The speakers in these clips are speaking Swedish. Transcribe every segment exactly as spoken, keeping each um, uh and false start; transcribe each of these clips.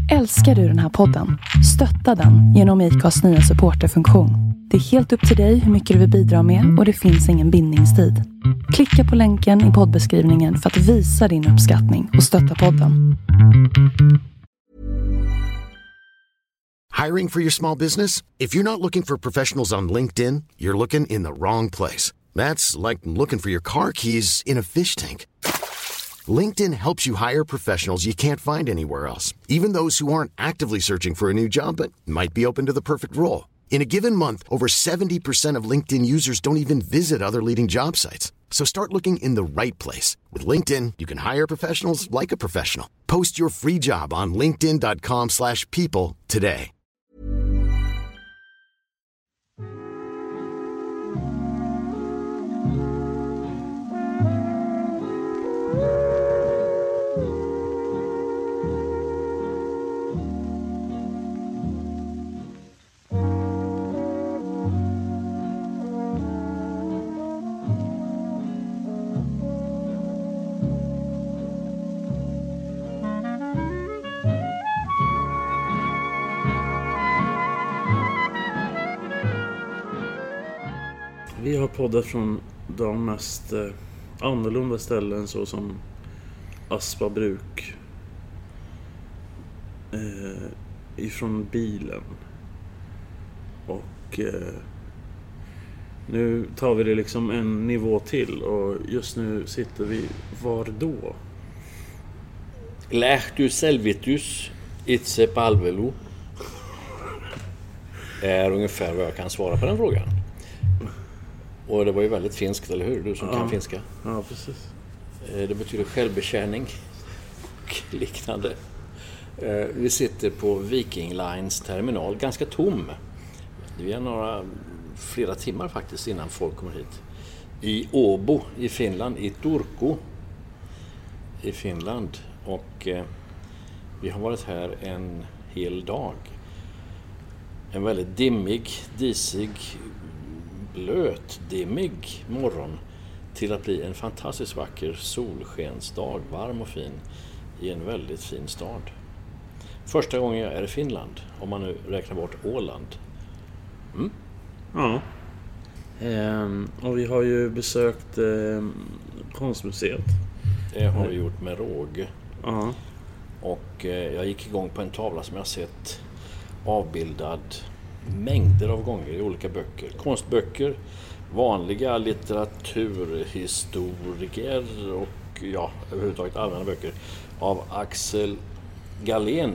Älskar du den här podden? Stötta den genom I C A:s nya supporterfunktion. Det är helt upp till dig hur mycket du vill bidra med och det finns ingen bindningstid. Klicka på länken i poddbeskrivningen för att visa din uppskattning och stötta podden. Hiring for your small business? If you're not looking for professionals on LinkedIn, you're looking in the wrong place. That's like looking for your car keys in a fish tank. LinkedIn helps you hire professionals you can't find anywhere else, even those who aren't actively searching for a new job but might be open to the perfect role. In a given month, over seventy percent of LinkedIn users don't even visit other leading job sites. So start looking in the right place. With LinkedIn, you can hire professionals like a professional. Post your free job on linkedin dot com slash people today. Vi har poddat från de mest eh, annorlunda ställen såsom Aspabruk, eh, ifrån bilen och eh, nu tar vi det liksom en nivå till och just nu sitter vi var då? Lähtus selvitus itse palvelu är ungefär vad jag kan svara på den frågan. Och det var ju väldigt finskt, eller hur? Du som ja. kan finska. Ja, precis. Det betyder självbetjäning och liknande. Vi sitter på Viking Lines terminal, ganska tom. Vi är några, flera timmar faktiskt innan folk kommer hit. I Åbo i Finland, i Turku i Finland. Och eh, vi har varit här en hel dag. En väldigt dimmig, disig, blöt, dimmig morgon till att bli en fantastiskt vacker solskensdag, varm och fin i en väldigt fin stad. Första gången jag är i Finland, om man nu räknar bort Åland. Mm? Ja. Ehm, och vi har ju besökt eh, konstmuseet. Det har vi gjort med råg. Ja. Och eh, jag gick igång på en tavla som jag sett avbildad mängder av gånger i olika böcker. Konstböcker, vanliga litteraturhistoriker och ja, överhuvudtaget allmänna böcker av Axel Galén.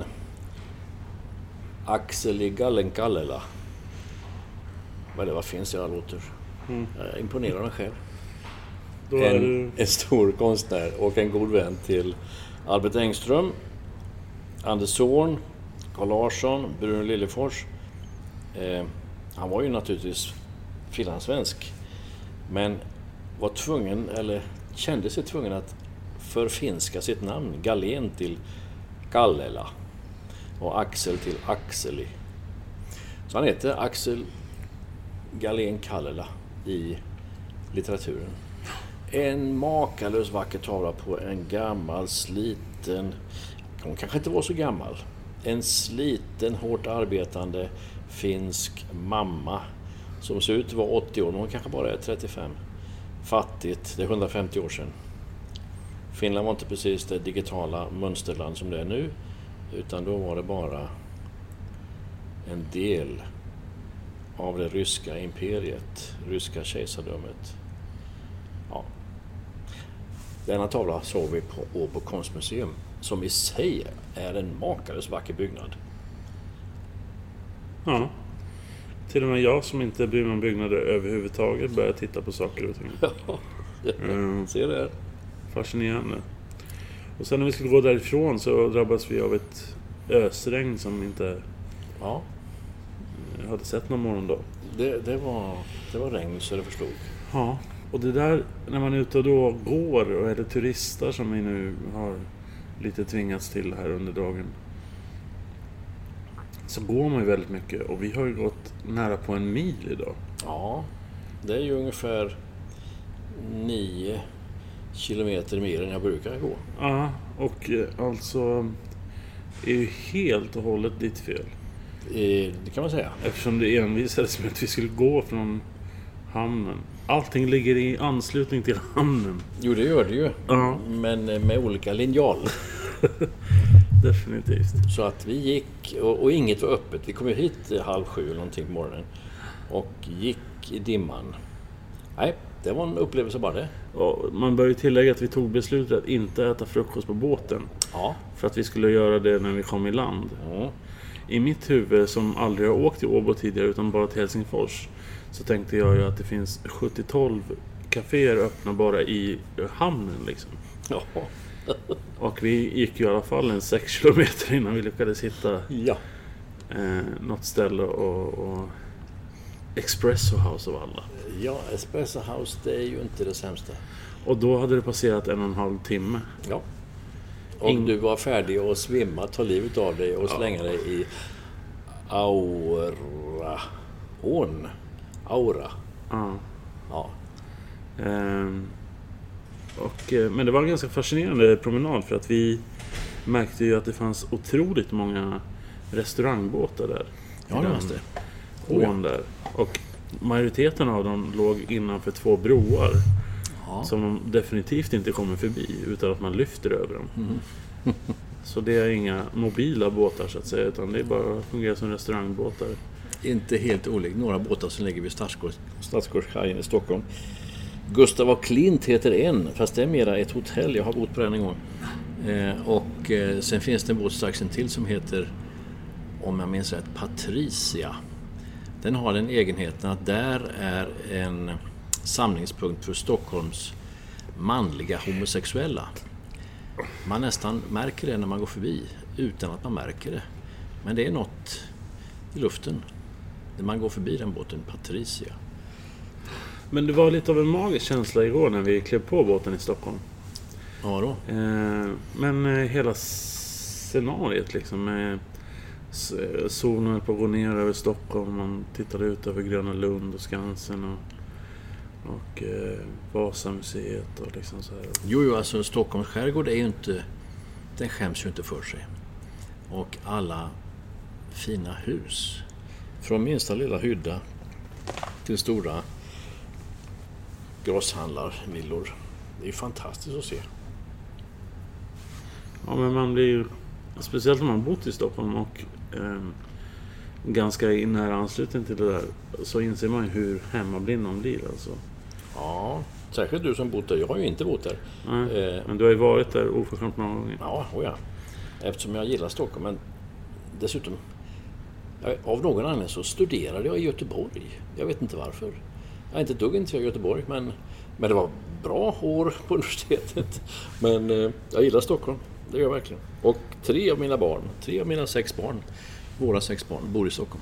Axel i Gallenkallela. Vad det var finns det låter. Mm. Jag imponerar mig själv. Då är en, du... en stor konstnär och en god vän till Albert Engström, Anders Zorn, Carl Larsson, Bruno Lillefors. Eh, han var ju naturligtvis finlandssvensk, men var tvungen, eller kände sig tvungen att förfinska sitt namn, Galén till Kallela och Axel till Axeli. Så han heter Axel Galén Kallela i litteraturen. En makalös vacker tavla på en gammal, sliten, hon kanske inte var så gammal, en sliten, hårt arbetande finsk mamma som ser ut att vara åttio år, hon kanske bara är trettiofem. Fattigt, det är hundrafemtio år sedan. Finland var inte precis det digitala mönsterland som det är nu, utan då var det bara en del av det ryska imperiet, ryska kejsardömet. Ja. Denna tavla såg vi på Åbo konstmuseum, som i sig är en makalös vacker byggnad. Ja. Till och med jag som inte bryr mig om byggnader överhuvudtaget börjar titta på saker och ting. Ja, mm. ser det här. Fascinerande. Och sen när vi skulle gå därifrån så drabbas vi av ett ösregn som inte ja. hade sett någon morgon då. Det, det, var, det var regn så det förstod. Ja, och det där när man är ute och då går och är det turister som vi nu har lite tvingats till här under dagen, så går man ju väldigt mycket och vi har ju gått nära på en mil idag. Ja, det är ju ungefär nio kilometer mer än jag brukar gå. Ja, och alltså är ju helt och hållet ditt fel. Eh, det kan man säga. Eftersom det envisades med att vi skulle gå från hamnen. Allting ligger i anslutning till hamnen. Jo, det gör det ju. Ja. Men med olika linjal. Definitivt. Så att vi gick, och, och inget var öppet. Vi kom ju hit halv sju eller någonting på morgonen. Och gick i dimman. Nej, det var en upplevelse bara det. Och man bör ju tillägga att vi tog beslutet att inte äta frukost på båten. Ja. För att vi skulle göra det när vi kom i land. Mm. I mitt huvud, som aldrig har åkt till Åbo tidigare utan bara till Helsingfors, så tänkte jag ju att det finns sjuttio tolv kaféer öppna bara i hamnen liksom. Ja. Och vi gick ju i alla fall en sex kilometer innan vi lyckades hitta Ja. eh, något ställe och, och Espresso House av alla. Ja, Espresso House, det är ju inte det sämsta. Och då hade det passerat en och en halv timme. Ja. Och In... du var färdig att svimma, ta livet av dig och slänga ja. dig i Aura. Ån. Aura. Ja. Ja. Ehm, och, men det var en ganska fascinerande promenad för att vi märkte ju att det fanns otroligt många restaurangbåtar där. Ja, det fanns det. Ån där. Och majoriteten av dem låg innanför två broar. Ja. Som de definitivt inte kommer förbi utan att man lyfter över dem. Mm. Så det är inga mobila båtar så att säga, utan det är bara fungerar som restaurangbåtar. Inte helt olikt några båtar som ligger vid Stadsgårdskajen i Stockholm. Gustav och Klint heter en, fast det är mera ett hotell. Jag har bott på den en gång. Eh, och eh, sen finns det en båt strax en till som heter, om jag minns rätt, Patricia. Den har den egenheten att där är en samlingspunkt för Stockholms manliga homosexuella. Man nästan märker det när man går förbi utan att man märker det. Men det är något i luften när man går förbi den båten, Patricia. Men det var lite av en magisk känsla igår när vi klev på båten i Stockholm. Ja då. Eh, men eh, hela scenariet liksom med solen på att gå ner över Stockholm, man tittade ut över Gröna Lund och Skansen och, och eh, Vasamuseet och liksom så här. Jo, jo, alltså Stockholms skärgård är ju inte, den skäms ju inte för sig. Och alla fina hus, från minsta lilla hydda till stora grosshandlarvillor. Det är ju fantastiskt att se. Ja, men man blir ju, speciellt om man bott i Stockholm och eh, ganska i nära anslutning till det där, så inser man ju hur hemmablind man blir alltså. Ja, särskilt du som bott där. Jag har ju inte bott där. Nej, eh, men du har ju varit där oförskämt många gånger. Ja, och ja. Eftersom jag gillar Stockholm, men dessutom av någon anledning så studerade jag i Göteborg. Jag vet inte varför. Jag är inte dugg intresserad av Göteborg, men, men det var bra år på universitetet. Men eh, jag gillar Stockholm, det gör jag verkligen. Och tre av mina barn, tre av mina sex barn, våra sex barn, bor i Stockholm.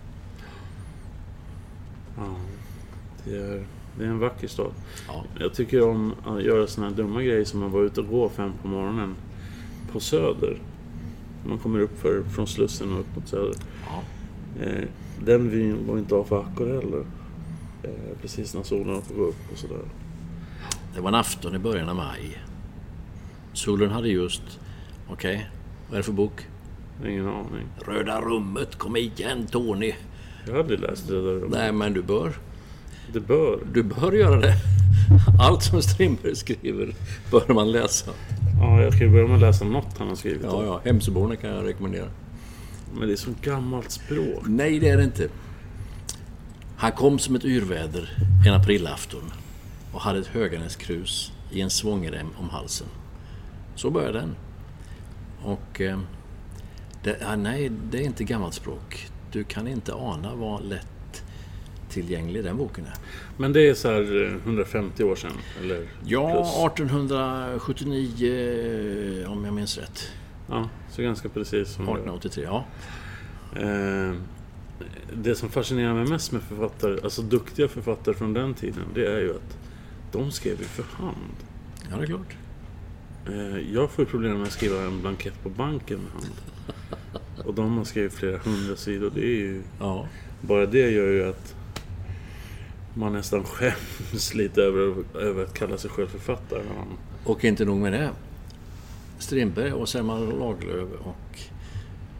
Ja, det är, det är en vacker stad. Ja. Jag tycker om att göra såna här dumma grejer som att vara ute och gå fem på morgonen på Söder. Man kommer upp för, från Slussen och upp mot Söder. Ja. Eh, den vyn var inte av för akvareller. Eh, precis när solen får gå upp och sådär. Det var en afton i början av maj. Solen hade just, okej, okay, vad är det för bok? Ingen aning. Röda rummet, kom igen Tony. Jag hade läst Röda rummet. Nej, men du bör. Det bör. Du bör göra det. Allt som Strindberg skriver bör man läsa. Ja, jag kan ju börja med att läsa något han har skrivit. Ja, ja, Hemsöborna kan jag rekommendera. Men det är så gammalt språk. Nej, det är det inte. Han kom som ett yrväder en aprilafton och hade ett Höganäskrus i en svångrem om halsen. Så började den. Och eh, det, ah, nej, det är inte gammalt språk. Du kan inte ana vad lätt tillgänglig den boken är. Men det är så här hundrafemtio år sedan, eller ja, plus. arton sjuttionio om jag minns rätt. Ja, så ganska precis som arton åttiotre, ja. Eh, det som fascinerar mig mest med författare, alltså duktiga författare från den tiden, det är ju att de skrev ju för hand. Ja, det är klart. Eh, jag får problem med att skriva en blankett på banken med hand. Och de har skrivit flera hundra sidor. Det är ju, ja. Bara det gör ju att man nästan skäms lite över, över att kalla sig själv författare. Och inte nog med det. Strindberg och Selma Lagerlöf och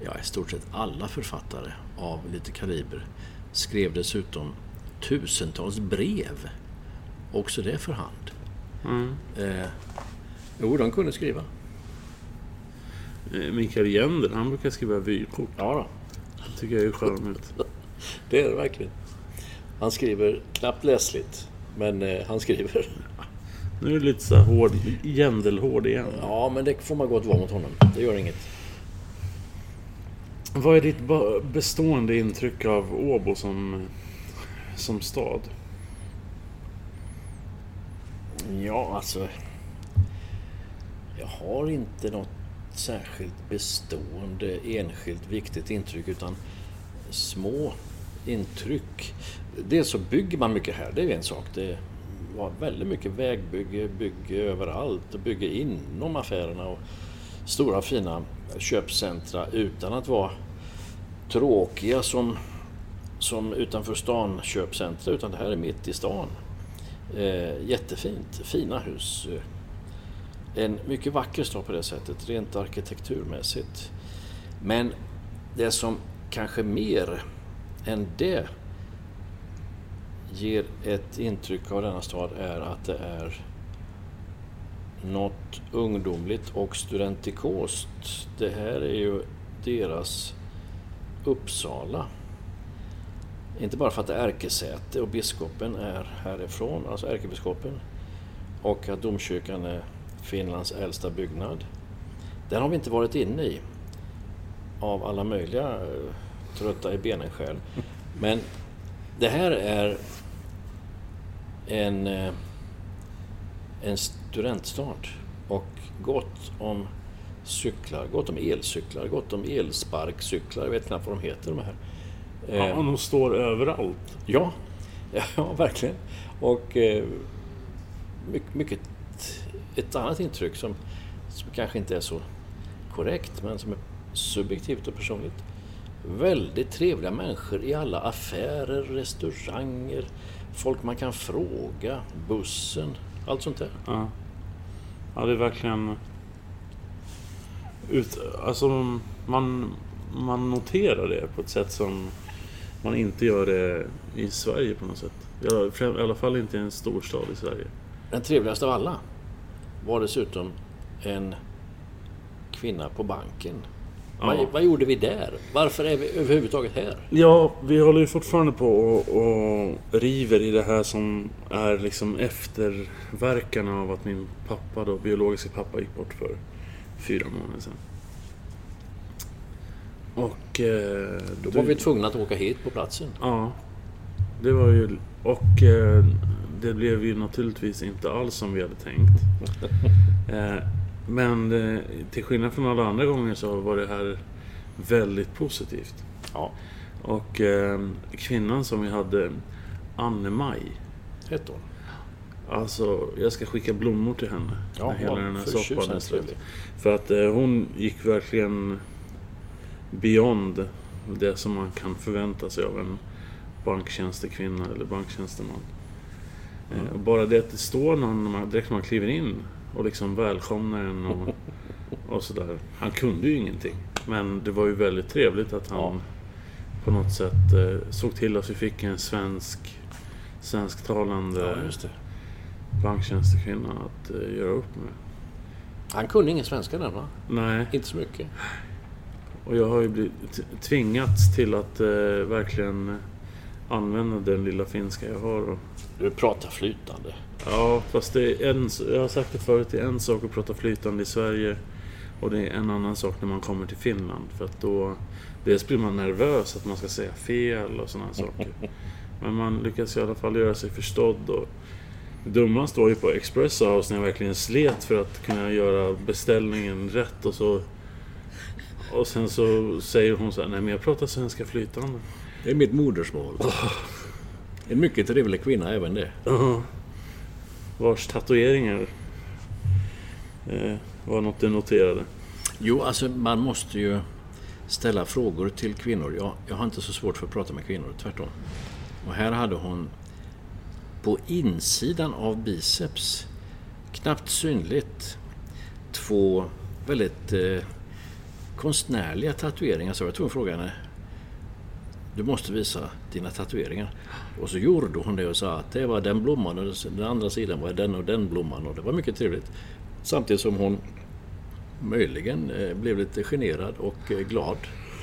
ja, i stort sett alla författare av lite kaliber skrev dessutom tusentals brev. Också det för hand. Mm. Eh, jo, de kunde skriva. Mikael Jänder, han brukar skriva vykort. Ja då. Det tycker jag är charmigt. Det är det verkligen. Han skriver knappt läsligt, men eh, han skriver. Nu är det lite så här hård, Jändelhård igen. Ja, men det får man gott vara mot honom. Det gör inget. Vad är ditt bestående intryck av Åbo som, som stad? Ja, alltså... Jag har inte något särskilt bestående, enskilt viktigt intryck, utan små intryck. Dels så bygger man mycket här, det är en sak. Det var väldigt mycket vägbygge, bygge överallt och bygge inom affärerna och stora fina köpcentra utan att vara tråkiga som, som utanför stan köpcentra, utan det här är mitt i stan. Eh, jättefint, fina hus. En mycket vacker stad på det sättet, rent arkitekturmässigt. Men det som kanske mer än det ger ett intryck av denna stad är att det är något ungdomligt och studentikost. Det här är ju deras Uppsala. Inte bara för att det är ärkesäte och biskopen är härifrån, alltså ärkebiskopen, och att domkyrkan är Finlands äldsta byggnad. Den har vi inte varit inne i av alla möjliga trötta i benen skäl. Men det här är en, en studentstad och gott om cyklar, gott om elcyklar, gott om elsparkcyklar. Jag vet knappt vad de heter, de här. Ja, de står överallt. Ja, ja verkligen. Och eh, mycket, mycket ett annat intryck som, som kanske inte är så korrekt, men som är subjektivt och personligt. Väldigt trevliga människor i alla affärer, restauranger, folk man kan fråga, bussen, allt sånt där. Ja, ja det är verkligen... Ut, alltså man, man noterar det på ett sätt som man inte gör det i Sverige på något sätt. I alla fall inte i en storstad i Sverige. Den trevligaste av alla var dessutom en kvinna på banken. Ja. Vad, vad gjorde vi där? Varför är vi överhuvudtaget här? Ja, vi håller ju fortfarande på och, och river i det här som är liksom efterverkarna av att min pappa, då, biologiska pappa, gick bort för fyra månader sedan. Och eh, då var du... vi tvungna att åka hit på platsen. Ja, det var ju... Och eh, det blev ju naturligtvis inte alls som vi hade tänkt. eh, men eh, till skillnad från alla andra gånger så var det här väldigt positivt. Ja. Och eh, kvinnan som vi hade, Anne-Maj, hette hon. Alltså, jag ska skicka blommor till henne. Ja, när hela den här soppan är slut. För att eh, hon gick verkligen beyond det som man kan förvänta sig av en banktjänstekvinna eller banktjänsteman. Mm. Eh, bara det att det står någon när man, direkt när man kliver in och liksom välkomnar en och, och sådär. Han kunde ju ingenting. Men det var ju väldigt trevligt att han ja. på något sätt eh, såg till att vi fick en svensk svensktalande ja, just det. banktjänstekvinna att uh, göra upp med. Han kunde ingen svenska där, va? Nej. Inte så mycket. Och jag har ju blivit tvingats till att uh, verkligen använda den lilla finska jag har. Och... Du pratar flytande. Ja, fast det är en, jag har sagt det förut, det är en sak att prata flytande i Sverige och det är en annan sak när man kommer till Finland. För att då dels blir man nervös att man ska säga fel och sådana saker. Men man lyckas i alla fall göra sig förstådd. Och dumman står ju på Espresso House när jag verkligen slet för att kunna göra beställningen rätt. Och så och sen så säger hon så här: nej men jag pratar svenska flytande. Det är mitt modersmål. Oh. En mycket trevlig kvinna även det. Uh-huh. Vars tatueringar eh, var något du noterade. Jo, alltså man måste ju ställa frågor till kvinnor. Jag, jag har inte så svårt för att prata med kvinnor, tvärtom. Och här hade hon på insidan av biceps, knappt synligt, två väldigt eh, konstnärliga tatueringar, så jag tog en fråga henne. Du måste visa dina tatueringar. Och så gjorde hon det och sa att det var den blomman och den andra sidan var den och den blomman. Och det var mycket trevligt. Samtidigt som hon möjligen eh, blev lite generad och eh, glad.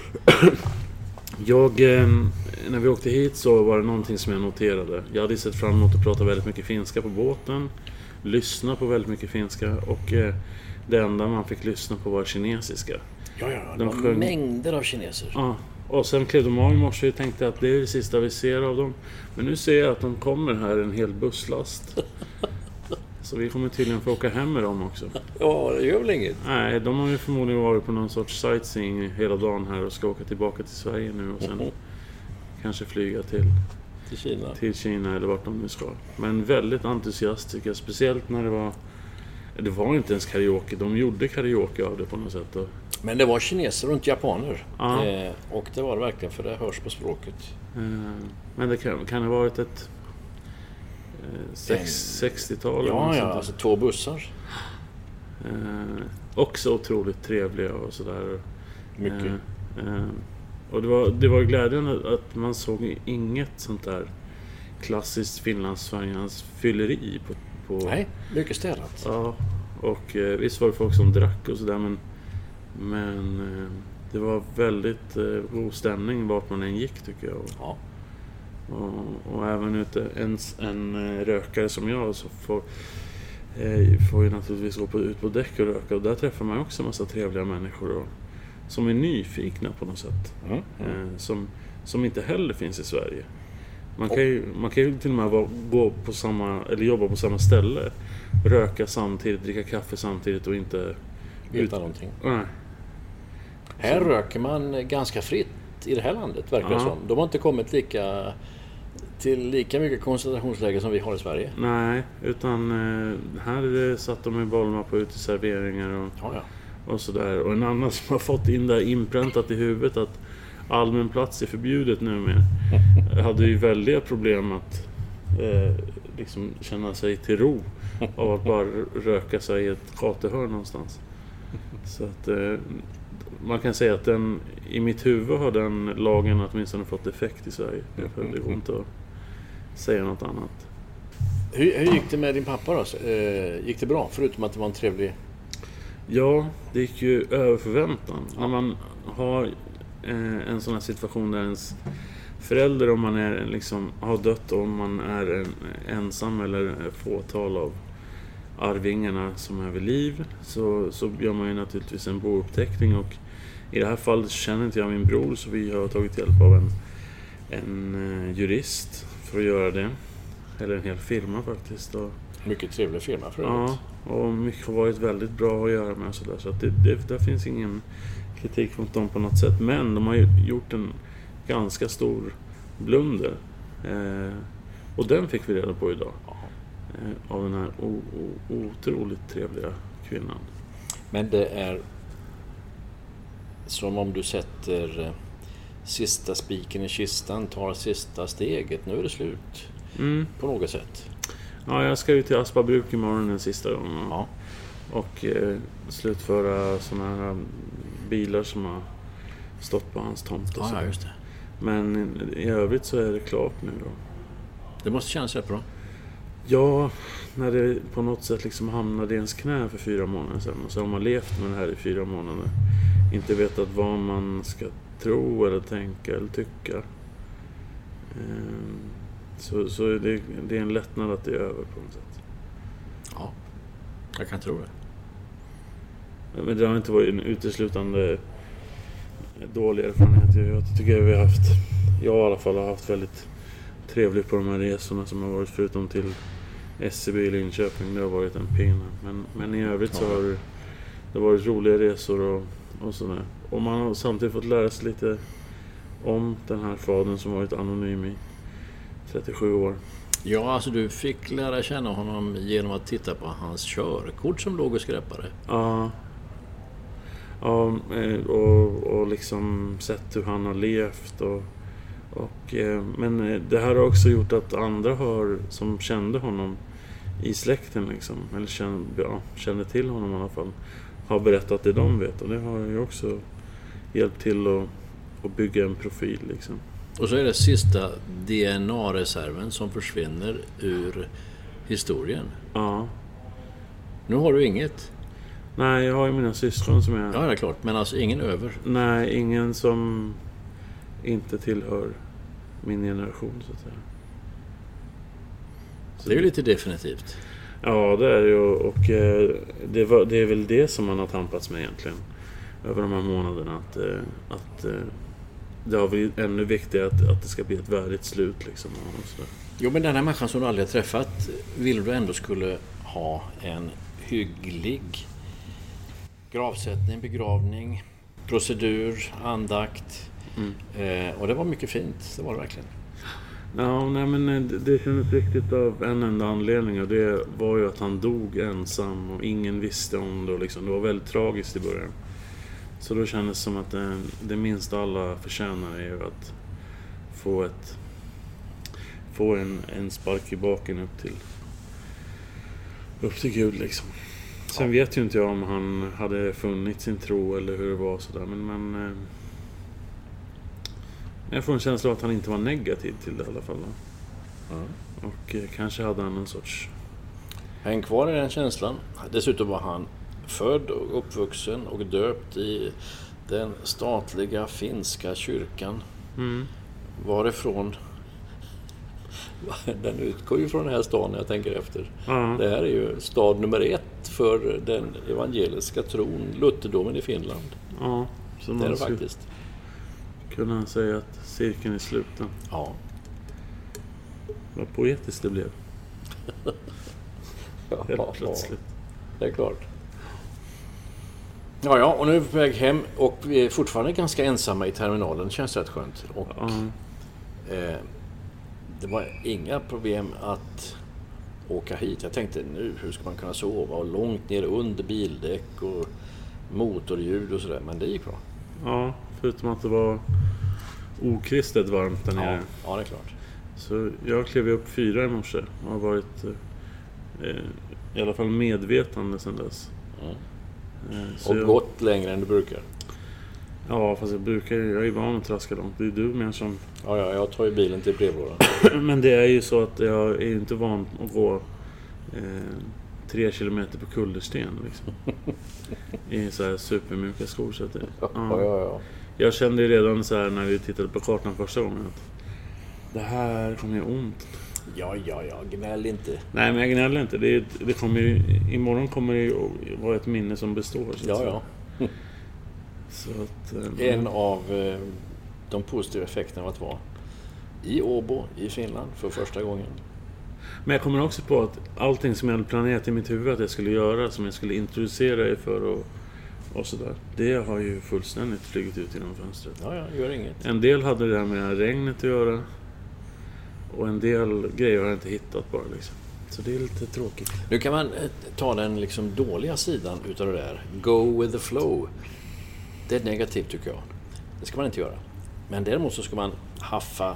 Jag, eh, när vi åkte hit så var det någonting som jag noterade. Jag hade sett fram emot att prata väldigt mycket finska på båten. Lyssna på väldigt mycket finska. Och eh, det enda man fick lyssna på var kinesiska. Ja, ja, det de var sjöng... mängder av kineser. Ja, och sen klev de av i morse och tänkte att det är det sista vi ser av dem. Men nu ser jag att de kommer här en hel busslast. Så vi kommer tydligen få åka hem med dem också. Ja, det gör väl inget. Nej, de har ju förmodligen varit på någon sorts sightseeing hela dagen här och ska åka tillbaka till Sverige nu och sen mm-hmm. kanske flyga till, till, Kina. till Kina eller vart de nu ska. Men väldigt entusiastiska, speciellt när det var... Det var inte ens karaoke, de gjorde karaoke av det på något sätt. Och... Men det var kineser och inte japaner. Ja. Eh, och det var det verkligen, för det hörs på språket. Eh, men det kan, kan det ha varit ett eh, sex, sextiotal? Ja, ja, alltså två bussar. Eh, också otroligt trevliga och sådär. Mycket. Eh, eh, och det var, det var glädjande att man såg inget sånt där klassiskt finlandssveriges fylleri på, på... Nej, mycket städat. Ja, och eh, visst var det folk som drack och sådär, men, men eh, det var väldigt eh, god stämning vart man än gick, tycker jag. Ja. Och, och även ute, en, en rökare som jag så får, eh, får ju naturligtvis gå på, ut på däck och röka, och där träffar man också en massa trevliga människor och, som är nyfikna på något sätt. Mm, mm. Eh, som, som inte heller finns i Sverige. Man kan ju, man kan ju till och med vara, gå på samma, eller jobba på samma ställe, röka samtidigt, dricka kaffe samtidigt och inte veta någonting. Nej. Här så. Röker man ganska fritt i det här landet, verkar det som. De har inte kommit lika till lika mycket koncentrationsläge som vi har i Sverige. Nej, utan eh, här satt de i Bolma på uteserveringar och, ja, ja. och sådär. Och en annan som har fått in där inpräntat i huvudet att allmän plats är förbjudet nu med. Hade ju väldiga problem att eh, liksom känna sig till ro av att bara röka sig i ett gatuhörn någonstans. Så att eh, man kan säga att den, i mitt huvud har den lagen åtminstone fått effekt i Sverige. För det går inte att säga något annat. Hur, hur gick det med din pappa då? Eh, gick det bra, förutom att det var en trevlig... Ja, det gick ju över förväntan. Ja. När man har eh, en sån här situation där ens förälder, om man är liksom, har dött och om man är en, ensam eller fåtal av arvingarna som är vid liv, så, så gör man ju naturligtvis en bouppteckning, och i det här fallet känner inte jag min bror, så vi har tagit hjälp av en, en uh, jurist för att göra det. Eller en hel firma faktiskt. Och, mycket trevlig firma för övrigt. Ja, och mycket har varit väldigt bra att göra med och sådär, så att det, det, där finns ingen kritik mot dem på något sätt, men de har ju gjort en ganska stor blunder, eh, och den fick vi reda på idag. Eh, av den här o- o- otroligt trevliga kvinnan. Men det är som om du sätter eh, sista spiken i kistan, tar sista steget, nu är det slut Mm. på något sätt. Ja, jag ska ju till Aspabruk imorgon den sista gången. Ja. Och eh, slutföra såna här bilar som har stått på hans tomt. Och Ja, så. ja, just det. Men i övrigt så är det klart nu då. Det måste kännas rätt bra. Ja, när det på något sätt liksom hamnade i ens knä för fyra månader sedan, och så har man levt med det här i fyra månader. Inte vetat vad man ska tro eller tänka eller tycka. Ehm, så så det, det är en lättnad att det är över på något sätt. Ja, jag kan tro det. Men det har inte varit en uteslutande dålig erfarenhet. Jag tycker att vi har haft, jag i alla fall har haft väldigt trevligt på de här resorna som har varit, förutom till S C B i Linköping. Det har varit en pinne. Men, men i övrigt så har det, det har varit roliga resor och, och sådär. Och man har samtidigt fått lära sig lite om den här fadern som varit anonym i trettiosju år. Ja, alltså du fick lära känna honom genom att titta på hans körkort som låg och skräppade. Ja. Ja, och, och liksom sett hur han har levt och, och men det här har också gjort att andra har, som kände honom i släkten liksom, eller kände, ja, kände till honom i alla fall, har berättat det de vet, och det har ju också hjälpt till att, att bygga en profil liksom. Och så är det sista D N A-reserven som försvinner ur historien. Ja. Nu har du inget. Nej, jag har ju mina syskon som är... Ja, det är klart. Men alltså ingen över. Nej, ingen som inte tillhör min generation så att säga. Så det är ju lite definitivt. Ja, det är ju. Och eh, det, var, det är väl det som man har tampats med egentligen. Över de här månaderna. Att, eh, att eh, det har blivit ännu viktigare att, att det ska bli ett värdigt slut liksom. Och så. Jo, men den här människan som du aldrig har träffat vill du ändå skulle ha en hygglig gravsättning, begravning, procedur, andakt. Mm. Eh, och det var mycket fint, det var det verkligen. Ja, nej, men det, det kändes riktigt av en enda anledning och det var ju att han dog ensam och ingen visste om det och liksom, det var väldigt tragiskt i början. Så då kändes det som att det, det minsta alla förtjänar är ju att få ett få en, en spark i baken upp till upp till Gud liksom. Sen ja. vet ju inte jag om han hade funnit sin tro eller hur det var sådär, men, men eh, jag får en känsla av att han inte var negativ till det i alla fall. Ja. Och eh, kanske hade han en sorts... Häng kvar i den känslan. Dessutom var han född och uppvuxen och döpt i den statliga finska kyrkan. Mm. Varifrån... Den utgår ju från den här staden jag tänker efter. Ja. Det här är ju stad nummer ett för den evangeliska tron, Lutherdomen i Finland. Ja, så det är det faktiskt. Kunna säga att cirkeln är sluten. Ja. Vad poetiskt det blev. Ja, helt plötsligt. Det är klart. Ja, ja, och nu är vi på väg hem och vi är fortfarande ganska ensamma i terminalen. Det känns rätt skönt. Och, ja. eh, det var inga problem att åka hit. Jag tänkte nu, hur ska man kunna sova? Och långt ner under bildäck och motorljud och sådär. Men det gick bra. Ja, förutom att det var okristet varmt där nere. Ja, ja, det är klart. Så jag klev upp fyra i morse och har varit eh, i alla fall medvetande sedan dess. Mm. Eh, och jag... gått längre än du brukar. Ja, fast jag brukar jag är van att traska långt. Det är du mer som... Ja, ja, jag tar ju bilen till brevlådan. Men det är ju så att jag är inte van att gå eh, tre kilometer på kullersten liksom. I så här supermjuka skor så att det, ja. Ja, ja, ja. Jag kände ju redan så här när vi tittade på kartan första gången att det här kommer ju ont. Ja, ja, ja, gnäll inte. Nej, men jag gnäller inte. Det, det kommer ju, imorgon kommer det ju vara ett minne som består. Så ja, ja. Så att, um, en av eh, de positiva effekterna av att vara i Åbo i Finland för första gången. Men jag kommer också på att allting som jag hade planerat i mitt huvud att jag skulle göra, som jag skulle introducera er för och, och sådär, det har ju fullständigt flugit ut genom fönstret. Ja, ja, gör inget. En del hade det här med regnet att göra och en del grejer har jag inte hittat bara liksom. Så det är lite tråkigt. Nu kan man ta den liksom dåliga sidan utav det där. Go with the flow. Det är negativt tycker jag. Det ska man inte göra. Men däremot så ska man haffa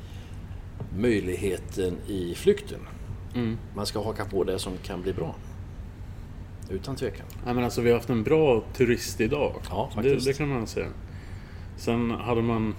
möjligheten i flykten. Mm. Man ska haka på det som kan bli bra. Utan tvekan. Ja, men alltså vi har haft en bra turist idag. Ja, faktiskt. Det, det kan man säga. Sen hade man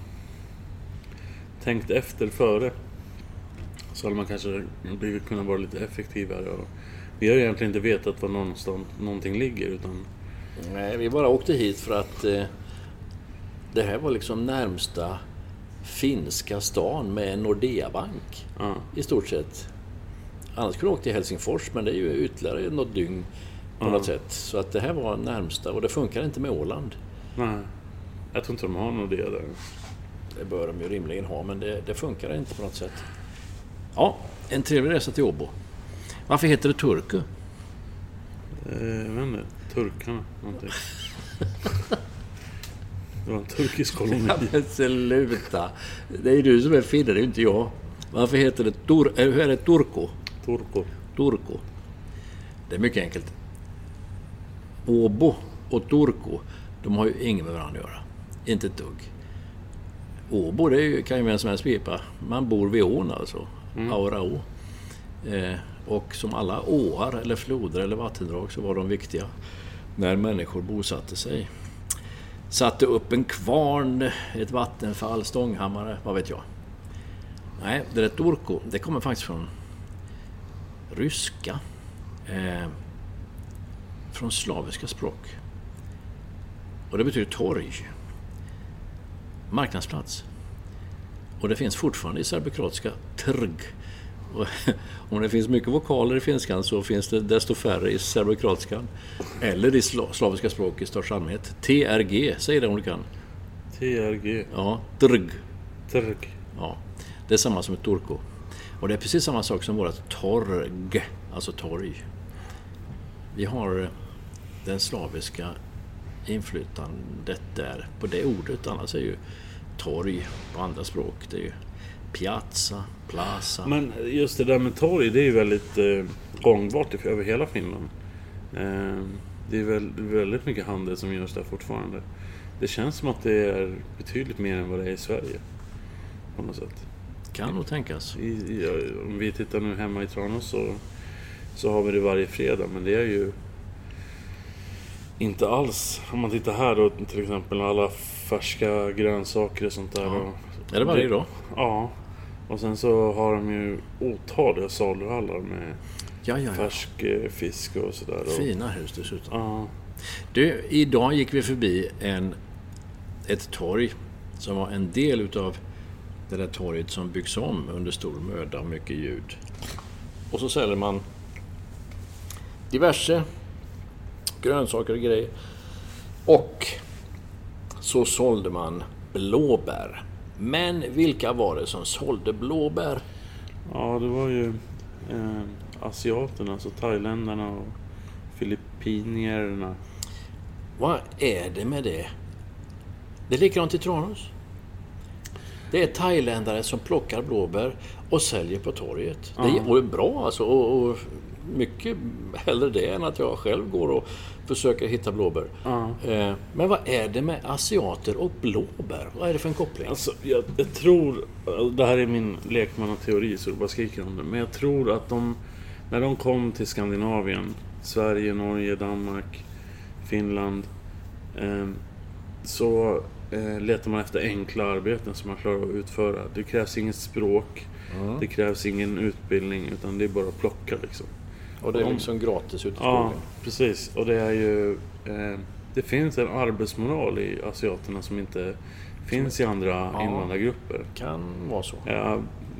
tänkt efter före så hade man kanske blivit kunna vara lite effektivare. Och vi har egentligen inte vetat var någonstans någonting ligger utan... Nej, vi bara åkte hit för att eh, det här var liksom närmsta finska stan med en Nordea-bank ja. I stort sett. Annars kunde vi åka till Helsingfors, men det är ju ytterligare något dygn på ja. Något sätt. Så att det här var närmsta och det funkar inte med Åland. Nej, jag tror inte de har Nordea där. Det bör de ju rimligen ha, men det, det funkar inte på något sätt. Ja, en trevlig resa till Åbo. Varför heter det Turku? Eh, jag vet inte. Turkarna, någonting. Det var en turkisk koloni. Ja, men sluta. Det är du som är finne, det är inte jag. Varför heter det Tur... Hur är det Turku? Turku. Turku. Det är mycket enkelt. Åbo och Turku, de har ju inget med varandra att göra. Inte ett dugg. Åbo, det är ju, kan ju vem som helst begripa. Man bor vid ån alltså. Mm. Auraå. Eh, och som alla åar eller floder eller vattendrag så var de viktiga när människor bosatte sig. satte upp en kvarn, ett vattenfall, stånghammare, vad vet jag. Nej, det där Turku, det kommer faktiskt från ryska, eh, från slaviska språk. Och det betyder torg, marknadsplats. Och det finns fortfarande i serbokroatiska trg. Och om det finns mycket vokaler i finskan så finns det desto färre i serbokroatiskan. Eller i slaviska språk i största allmänhet. T R G, säger det om du kan. T R G? Ja, trg. Trg. Ja, det är samma som ett Turku. Och det är precis samma sak som vårt torg, alltså torg. Vi har den slaviska inflytandet där på det ordet, annars är ju torg på andra språk, det är ju piazza, plaza. Men just det där med torg, det är ju väldigt eh, gångbart över hela Finland. Eh, det är väl, väldigt mycket handel som görs där fortfarande. Det känns som att det är betydligt mer än vad det är i Sverige på något sätt. Kan nog tänkas. I, i, om vi tittar nu hemma i Tranås så, så har vi det varje fredag, men det är ju inte alls. Om man tittar här då, till exempel alla färska grönsaker och sånt där. Ja. Och, är det varje dag? Ja. Och sen så har de ju otaliga saluhallar med ja, ja, ja. färsk eh, fisk och sådär. Fina hus dessutom. Ja. Du, idag gick vi förbi en, ett torg som var en del utav det där torget som byggs om under stor möda och mycket ljud. Och så säljer man diverse grönsaker och grejer. Och så sålde man blåbär. Men vilka var det som sålde blåbär? Ja, det var ju eh, asiaterna, alltså thailändarna och filippinierna. Vad är det med det? Det är likadant i Tranås. Det är thailändare som plockar blåbär och säljer på torget. Ja. Det är bra alltså, och, och mycket hellre det än att jag själv går och försöker hitta blåbär. Ja. Eh, men vad är det med asiater och blåbär? Vad är det för en koppling? Alltså, jag, jag tror, det här är min lekmannateori så jag bara skriker om det, men jag tror att de, när de kom till Skandinavien, Sverige, Norge, Danmark, Finland, eh, så eh, letar man efter enkla arbeten som man klarar att utföra. Det krävs inget språk, mm. det krävs ingen utbildning, utan det är bara att plocka liksom. Och det är liksom gratis ut i skogen. Ja, precis. Och det är ju eh, det finns en arbetsmoral i asiaterna som inte finns i andra ja, invandrargrupper. Kan vara så. Ja,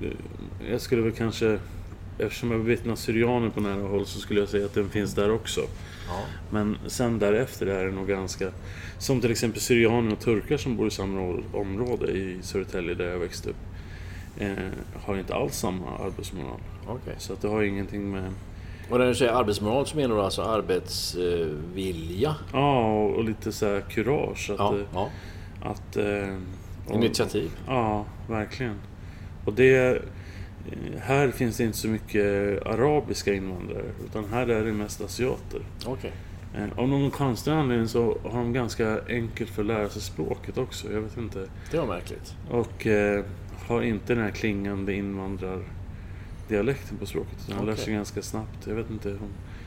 jag skulle väl kanske, eftersom jag bevittnar syrianer på nära håll, så skulle jag säga att den finns där också. Ja. Men sen därefter är det nog ganska, som till exempel syrianer och turkar som bor i samma område i Södertälje där jag växte upp, eh, har inte alls samma arbetsmoral. Okay. Så att det har ingenting med... Och när du säger arbetsmoral så menar du alltså arbetsvilja? Ja, och, och lite så här kurage. Att, ja, ja. Att, eh, och, initiativ. Ja, verkligen. Och det, här finns det inte så mycket arabiska invandrare, utan här är det mest asiater. Okej. Okay. Av någon konstig anledning så har de ganska enkelt för att lära sig språket också. Jag vet inte. Det var märkligt. Och eh, har inte den här klingande invandrar dialekten på språket. De okay. lär sig ganska snabbt. Jag vet inte om,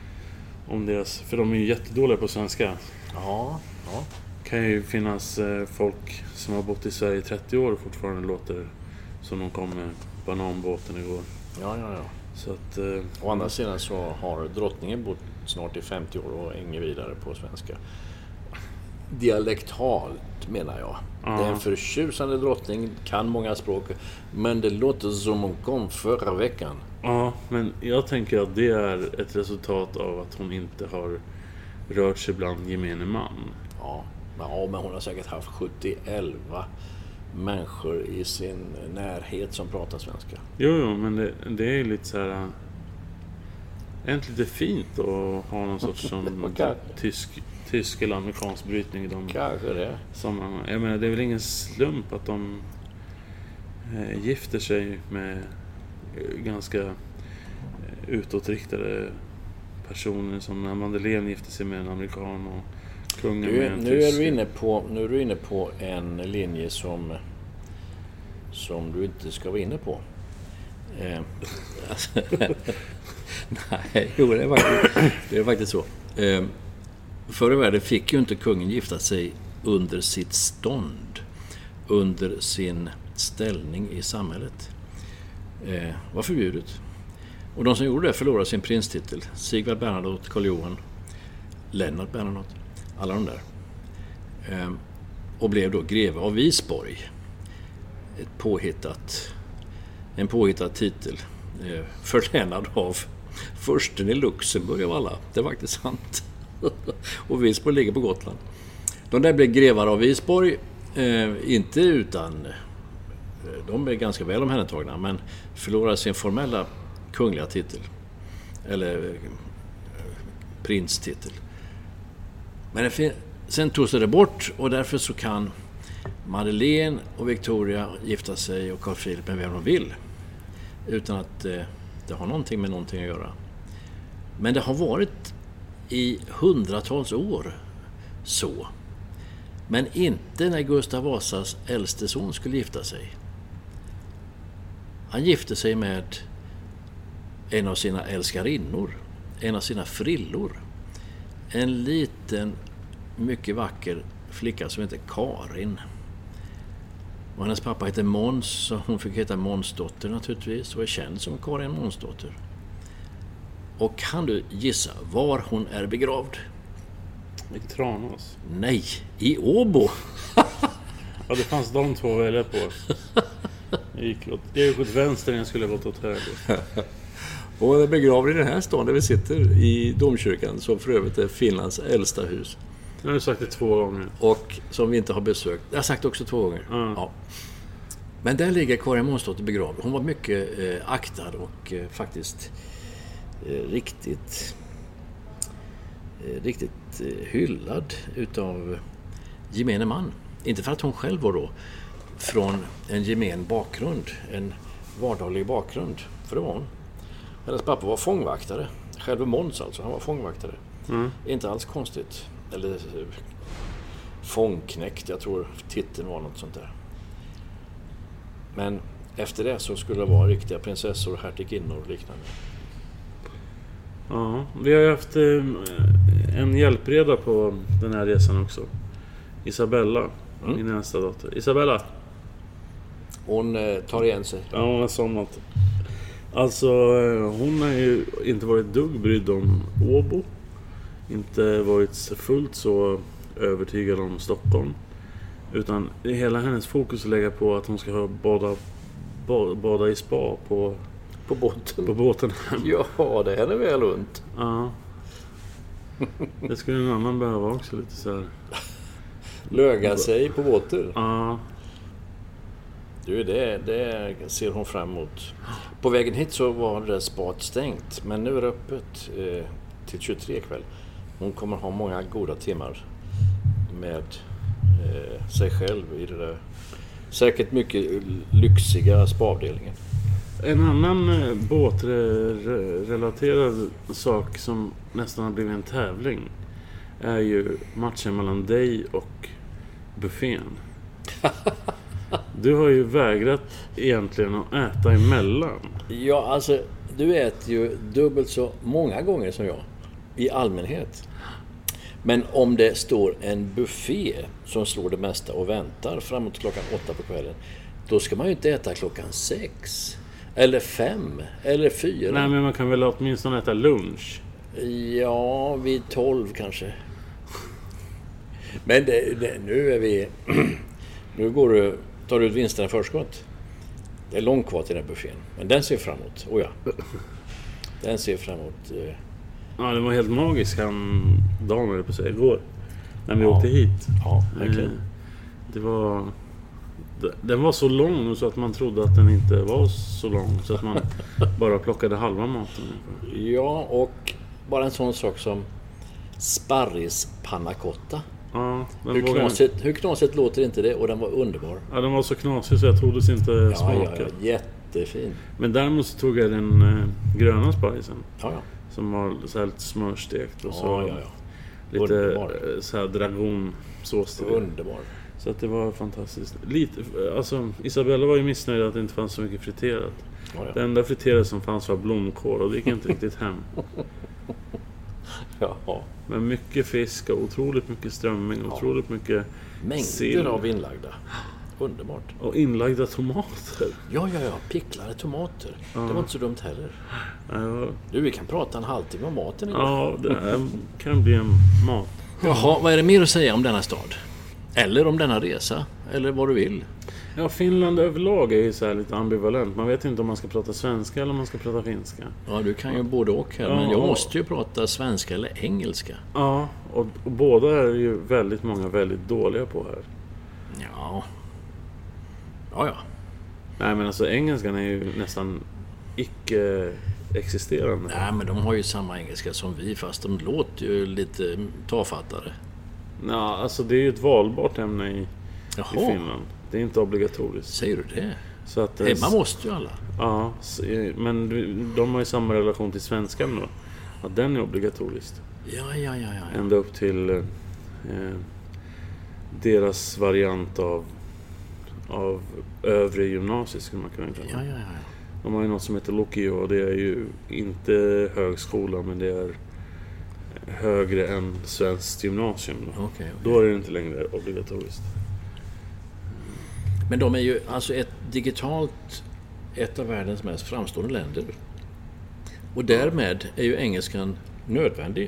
om deras... För de är ju jättedåliga på svenska. Ja, ja. Kan ju finnas eh, folk som har bott i Sverige i trettio år och fortfarande låter som de kom med bananbåten igår. Ja, ja, ja. Så att, eh, Å andra sidan så har drottningen bott snart i femtio år och inget vidare på svenska. Dialektalt menar jag. Ja. Det är en förtjusande drottning, kan många språk, men det låter som hon kom förra veckan. Ja, men jag tänker att det är ett resultat av att hon inte har rört sig bland gemene man. Ja, ja men hon har säkert haft sjuttio elva människor i sin närhet som pratar svenska. Jo, jo men det, det är lite så här... Det är inte lite fint att ha någon sorts som tysk, tysk eller amerikansk brytning. De, Kanske det. Som, jag menar, det är väl ingen slump att de eh, gifter sig med eh, ganska eh, utåtriktade personer, som när Madeleine gifte sig med en amerikan och kungen du, med en nu tysk. Är du inne på, nu är du inne på en linje som, som du inte ska vara inne på. Eh, alltså, nej, jo, det är faktiskt, det är faktiskt så. Eh, förr i världen fick ju inte kungen gifta sig under sitt stånd, under sin ställning i samhället. Eh, var förbjudet. Och de som gjorde det förlorade sin prinstitel. Sigvard Bernadotte, Karl Johan, Lennart Bernadotte, alla de där. Eh, och blev då greve av Visborg. Ett påhittat, en påhittad titel. Eh, förlänad av försten i Luxemburg av alla. Det är faktiskt sant. Och Visborg ligger på Gotland. De där blev grevar av Visborg. Eh, inte utan... De är ganska väl omhändertagna, men förlorar sin formella kungliga titel. Eller prinstitel. Men det fin- sen tog sig det bort, och därför så kan Madeleine och Victoria gifta sig och Carl Philip med vem de vill. Utan att eh, det har någonting med någonting att göra. Men det har varit i hundratals år så. Men inte när Gustav Vasas äldste son skulle gifta sig. Han gifte sig med en av sina älskarinnor, en av sina frillor. En liten, mycket vacker flicka som heter Karin. Och hennes pappa heter Måns, så hon fick heta Månsdotter naturligtvis och är känd som Karin Månsdotter. Och kan du gissa var hon är begravd? I Tranås? Nej, i Åbo. Ja, det fanns de två att välja på. Jag gick åt, jag gick åt vänster när jag skulle gått åt höger. Och hon är begravd i den här stan där vi sitter, i domkyrkan, som för övrigt är Finlands äldsta hus. Jag har sagt det två gånger. Och som vi inte har besökt. Jag har sagt också två gånger. Mm. Ja. Men där ligger Karin Månsdotter begravd. Hon var mycket eh, aktad och eh, faktiskt eh, riktigt eh, riktigt eh, hyllad utav gemene man. Inte för att hon själv var då från en gemen bakgrund, en vardaglig bakgrund, för det var hon. Hennes pappa var fångvaktare. Själv Måns alltså, han var fångvaktare. Mm. Inte alls konstigt. Eller fångknäckt, jag tror titeln var något sånt där. Men efter det så skulle det vara riktiga prinsessor, hertiginnor och liknande. Ja, vi har ju haft eh, en hjälpreda på den här resan också. Isabella, mm. min nästa dotter. Isabella! Hon eh, tar igen sig. Ja, hon har somnat. Alltså, hon har ju inte varit dugg brydd om Åbo. Inte varit fullt så övertygad om Stockholm. Utan hela hennes fokus lägger på att hon ska bada, bada, bada i spa på, på båten. På båten. Ja, det är väl runt. Ja. Det skulle en annan behöva också lite så här. Löga sig på båten. Ja. Du, det, det ser hon fram emot. På vägen hit så var det spat stängt, men nu är det öppet eh, till tjugotre kväll. Hon kommer ha många goda timmar med eh, sig själv i det där säkert mycket lyxiga spaavdelningen. En annan eh, båtrelaterad sak som nästan har blivit en tävling är ju matchen mellan dig och buffén. Du har ju vägrat egentligen att äta emellan. Ja, alltså du äter ju dubbelt så många gånger som jag i allmänhet. Men om det står en buffé som slår det mesta och väntar framåt klockan åtta på kvällen, då ska man ju inte äta klockan sex eller fem eller fyra. Nej, men man kan väl åtminstone äta lunch. Ja, vid tolv kanske. Men det, det, nu är vi nu går du, tar du ut vinsterna förskott. Det är långt kvar till den buffén, men den ser framåt. Oh ja. Den ser framåt. Eh. Ja, det var helt magisk han dagen eller på sig igår när vi Ja. åkte hit. Ja, verkligen. Eh, Det var den var så lång så att man trodde att den inte var så lång, så att man bara plockade halva maten. Ja, och bara en sån sak som sparris panna cotta. Ja, den Hur var knasigt, hur knasigt låter inte det? Och den var underbar. Ja, den var så knasig så jag trodde inte Ja, smaka. ja, ja, jättefin. Men däremot så tog jag den eh, gröna sparrisen Ja, ja. som var så här lite smörstekt och så Ja, ja, ja. lite Underbar. eh, så här dragonsås till det. Underbar. Så att det var fantastiskt. Lite, alltså Isabella var ju missnöjd att det inte fanns så mycket friterat. Ja, Det ja. enda friterade som fanns var blomkål och det gick inte riktigt hem. Ja. Men mycket fisk och otroligt mycket strömming, Ja. otroligt mycket Mängder sill. av inlagda. Underbart. Och inlagda tomater. Ja, ja, ja. Picklade tomater. Ja. Det var inte så dumt heller. Ja. Du, vi kan prata en halvtimme om maten idag. Ja, det här kan bli en mat. Jaha, vad är det mer att säga om denna stad? Eller om denna resa? Eller vad du vill? Ja, Finland överlag är ju så här lite ambivalent. Man vet inte om man ska prata svenska eller om man ska prata finska. Ja, du kan ju både och här. Ja, men jag och... måste ju prata svenska eller engelska. Ja, och, och båda är ju väldigt många väldigt dåliga på här. Ja. Ja, ja. Nej, men alltså engelskan är ju nästan icke-existerande. Nej, men de har ju samma engelska som vi, fast de låter ju lite tafattare. Ja, alltså det är ju ett valbart ämne i, i Finland. Det är inte obligatoriskt. Säger du det? Så att, Hemma måste ju alla. Ja, men de har ju samma relation till svenskan då. Att den är obligatoriskt. Ja, ja, ja, ja. Ända upp till eh, deras variant av av övre gymnasiet skulle man kunna kalla. Ja, ja, ja. De har ju något som heter Lukio och det är ju inte högskola, men det är högre än svenskt gymnasium. Då, okay, okay. Då är det inte längre obligatoriskt. Men de är ju alltså ett digitalt ett av världens mest framstående länder. Och därmed är ju engelskan nödvändig.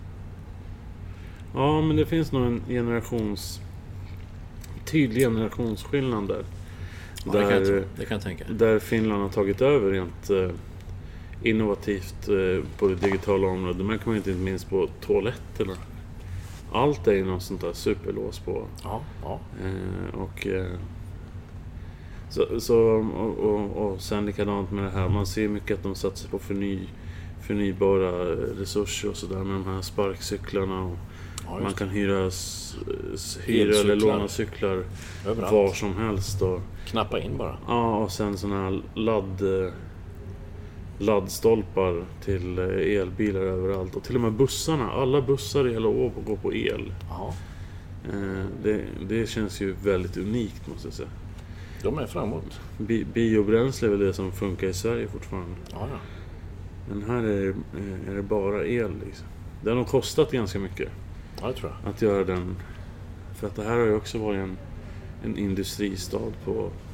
Ja, men det finns nog en generations tydlig generationsskillnad där. Ja, där, det, kan jag, det kan jag tänka. Där Finland har tagit över rent eh, innovativt eh, på det digitala området. Det märker man inte minst på toaletterna. Allt är ju något sånt där superlås på. Ja, ja. Eh, och, eh, så, så, och, och, och sen likadant med det här. Man ser mycket att de satsar på förny, förnybara resurser och sådär med de här sparkcyklarna. Och ja, man kan hyra, hyra eller låna cyklar överallt, var som helst. Och, knappa in bara. Ja, och sen såna här ladd, laddstolpar till elbilar överallt. Och till och med bussarna. Alla bussar i hela Åbo går på el. Ja. Det, det känns ju väldigt unikt, måste jag säga. De är framåt. Bi, biobränsle är väl det som funkar i Sverige fortfarande. Ja, ja. Men här är, är det bara el liksom. Det har nog kostat ganska mycket. Ja, det tror jag. Att göra den. För att det här har ju också varit en, en industristad på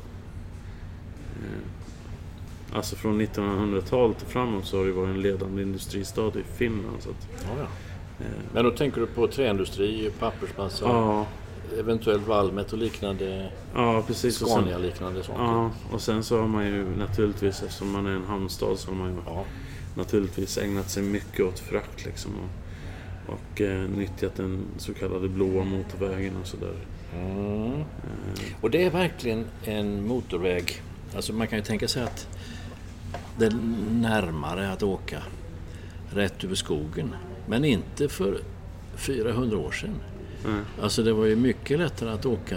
eh, alltså från nittonhundratalet och framåt så har det varit en ledande industristad i Finland. Så att, ja, ja. Eh, Men då tänker du på träindustri, pappersmassa, ja, eventuellt Valmet och liknande, ja, precis. Scania och liknande saker. Ja, och sen så har man ju naturligtvis, eftersom man är en hamnstad, så har man ju ja. naturligtvis ägnat sig mycket åt frakt liksom. Och, och eh, nyttjat den så kallade blåa motorvägen och sådär. Mm. Eh. Och det är verkligen en motorväg. Alltså man kan ju tänka sig att det är närmare att åka rätt över skogen. Men inte för fyrahundra år sedan. Mm. Alltså det var ju mycket lättare att åka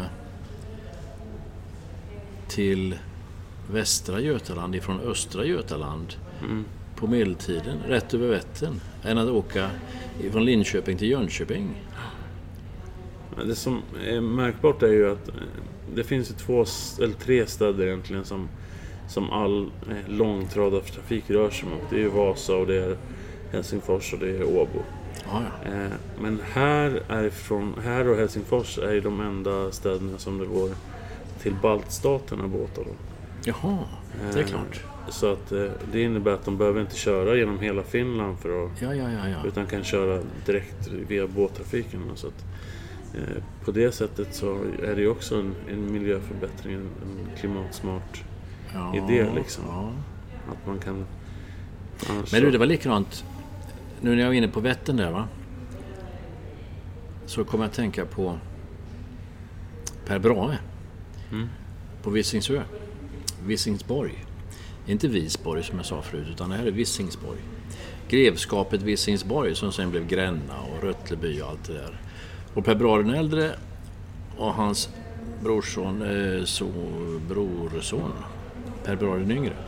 till västra Götaland ifrån östra Götaland mm. på medeltiden, rätt över Vättern, än att åka från Linköping till Jönköping. Det som är märkbart är ju att det finns ju två eller tre städer egentligen som, som all långtradartrafik rör sig mot. Det är ju Vasa och det är Helsingfors och det är Åbo. Ah, ja. Men här, är från, här och Helsingfors är ju de enda städerna som det går till baltstaterna båtar då. Jaha, det är klart. Så att det innebär att de behöver inte köra genom hela Finland för att, ja, ja, ja, ja. utan kan köra direkt via båttrafiken. Så att, eh, på det sättet så är det ju också en, en miljöförbättring, en klimatsmart ja, idé liksom. Ja. Att man kan... Men du, det var likadant. Nu när jag var inne på Vättern där, va? Så kommer jag att tänka på Per Brahe. Mm. På Visingsö. Visingsborg. Inte Visborg som jag sa förut, utan det här är Visingsborg. Grevskapet Visingsborg som sen blev Gränna och Röttleby och allt det där. Och Per Brahe den äldre och hans brorson, eh, så, brorson Per Brahe den yngre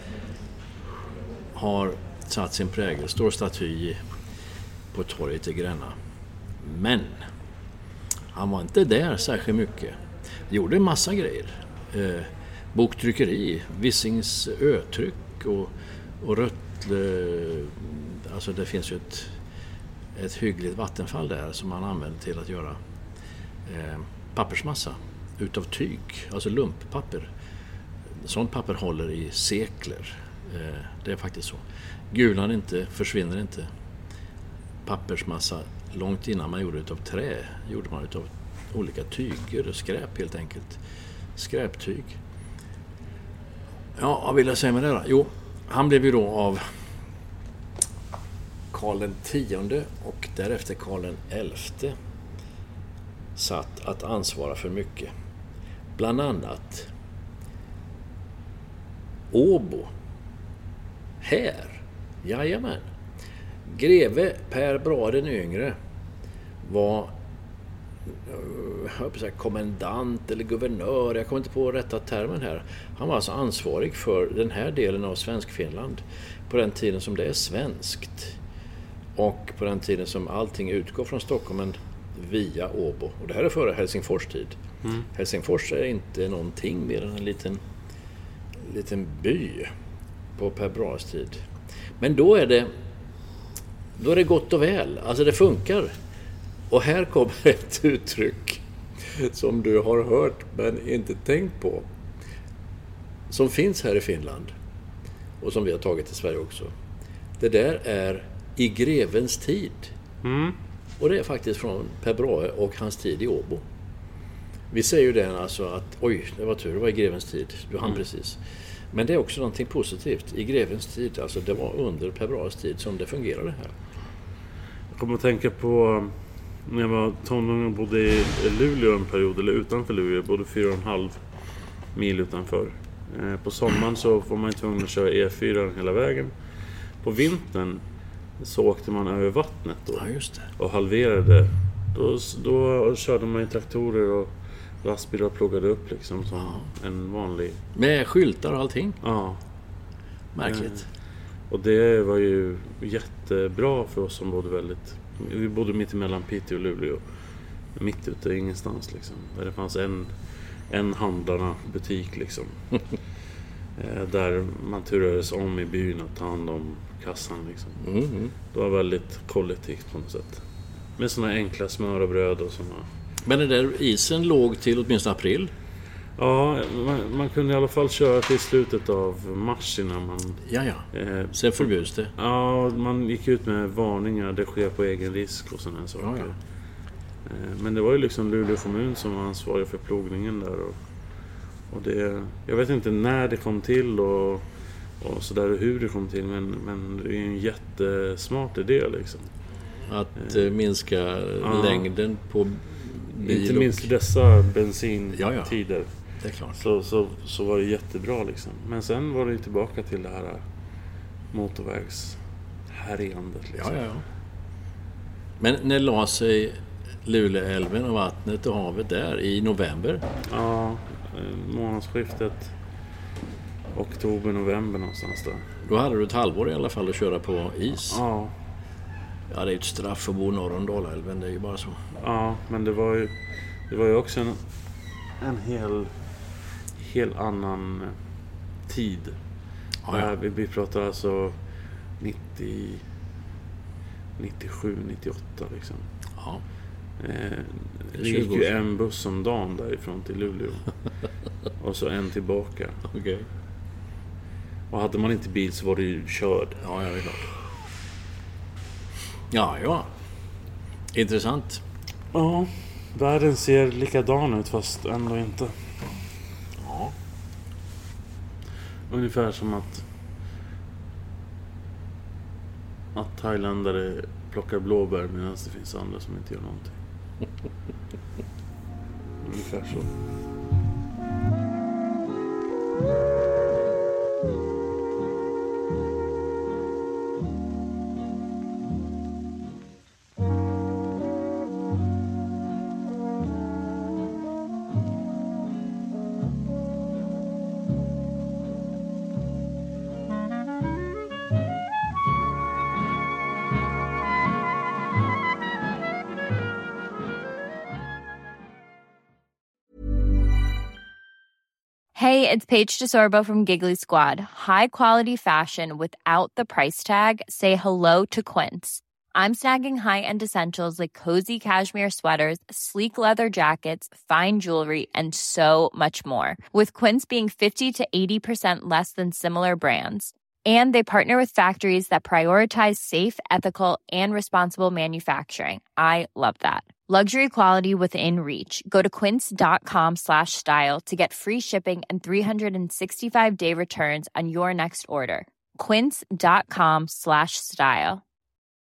har satt sin prägel, står staty på torget i Gränna. Men han var inte där särskilt mycket. Han gjorde en massa grejer. Eh, boktryckeri, Vissings ötryck och, och Röttle. Alltså det finns ju ett, ett hyggligt vattenfall där som han använder till att göra eh, pappersmassa utav tyg, alltså lumppapper. Sånt papper håller i sekler. Det är faktiskt så. Gulan inte, försvinner inte. Pappersmassa långt innan man gjorde utav trä gjorde man utav olika tyger, skräp helt enkelt. Skräptyg. Ja, vad vill jag säga med det då? Jo, han blev ju då av Karl den tionde och därefter Karl den elfte satt att ansvara för mycket. Bland annat Åbo. Här. Jajamän. Greve Per Brahe den yngre var jag säga, kommendant eller guvernör, jag kommer inte på rätta termen här. Han var alltså ansvarig för den här delen av Svenskfinland på den tiden som det är svenskt och på den tiden som allting utgår från Stockholm via Åbo. Och det här är före Helsingfors tid. Mm. Helsingfors är inte någonting mer än en liten, liten by på Per Brahes tid. Men då är det då är det gott och väl. Alltså det funkar. Och här kommer ett uttryck som du har hört men inte tänkt på. Som finns här i Finland. Och som vi har tagit till Sverige också. Det där är i grevens tid. Mm. Och det är faktiskt från Per Brahe och hans tid i Åbo. Vi säger ju det alltså att oj, det var tur, det var i grevens tid. Du hann mm. precis. Men det är också någonting positivt. I grevens tid, alltså det var under Per Brahes tid som det fungerade här. Jag kommer att tänka på när jag var tonåring och bodde i Luleå en period, eller utanför Luleå. Jag bodde fyra och en halv mil utanför. På sommaren så var man tvungen att köra E fyra hela vägen. På vintern så åkte man över vattnet då, ja, just det. Och halverade. Då, då körde man i traktorer och lastbilar ploggade upp liksom som ja. en vanlig... Med skyltar och allting? Ja. Märkligt. Och det var ju jättebra för oss som bodde väldigt... Vi bodde mitt emellan Piteå och Luleå. Mitt ute ingenstans liksom. Där det fanns en, en handlarna butik liksom. Där man turades om i byn att ta hand om kassan liksom. Mm-hmm. Det var väldigt kollektivt på något sätt. Med såna enkla smör och bröd och såna. Men den där isen låg till åtminstone april? Ja, man, man kunde i alla fall köra till slutet av mars innan man... Ja, ja. Eh, Sen förbjuds det? Ja, man gick ut med varningar, det sker på egen risk och sådana här saker. Ja, ja. Eh, men det var ju liksom Luleå kommun som var ansvarig för plogningen där. Och, och det, jag vet inte när det kom till och, och sådär och hur det kom till, men, men det är en jättesmart idé liksom. Att eh, minska ja. längden på bil. Inte minst dessa bensintider. Ja, ja. Det är klart. Så, så, så var det jättebra liksom. Men sen var det tillbaka till det här motorvägshärjandet liksom. Ja, ja, ja. Men när la sig Luleälven och vattnet och havet där i november? Ja, månadsskiftet oktober-november någonstans där. Då hade du ett halvår i alla fall att köra på is. Ja. Ja, det är ett straff att bo norr om Dalälven, det är ju bara så. Ja, men det var ju, det var ju också en, en hel, hel annan tid. Ja, ja. Vi, vi pratar alltså nittio, nittiosju, nittioåtta liksom. Ja. Eh, det gick ju en buss om dagen därifrån till Luleå. Och så en tillbaka. Okej. Okay. Och hade man inte bil så var det ju körd. Ja, jag vet klart. Ja, ja. Intressant. Ja, världen ser likadan ut fast ändå inte. Ja. Ungefär som att att thailändare plockar blåbär medan det finns andra som inte gör någonting. Ungefär så. Hey, it's Paige DeSorbo from Giggly Squad. High quality fashion without the price tag. Say hello to Quince. I'm snagging high-end essentials like cozy cashmere sweaters, sleek leather jackets, fine jewelry, and so much more. With Quince being fifty to eighty percent less than similar brands. And they partner with factories that prioritize safe, ethical, and responsible manufacturing. I love that. Luxury quality within reach. Go to quince.com slash style to get free shipping and three sixty-five day returns on your next order. Quince.com slash style.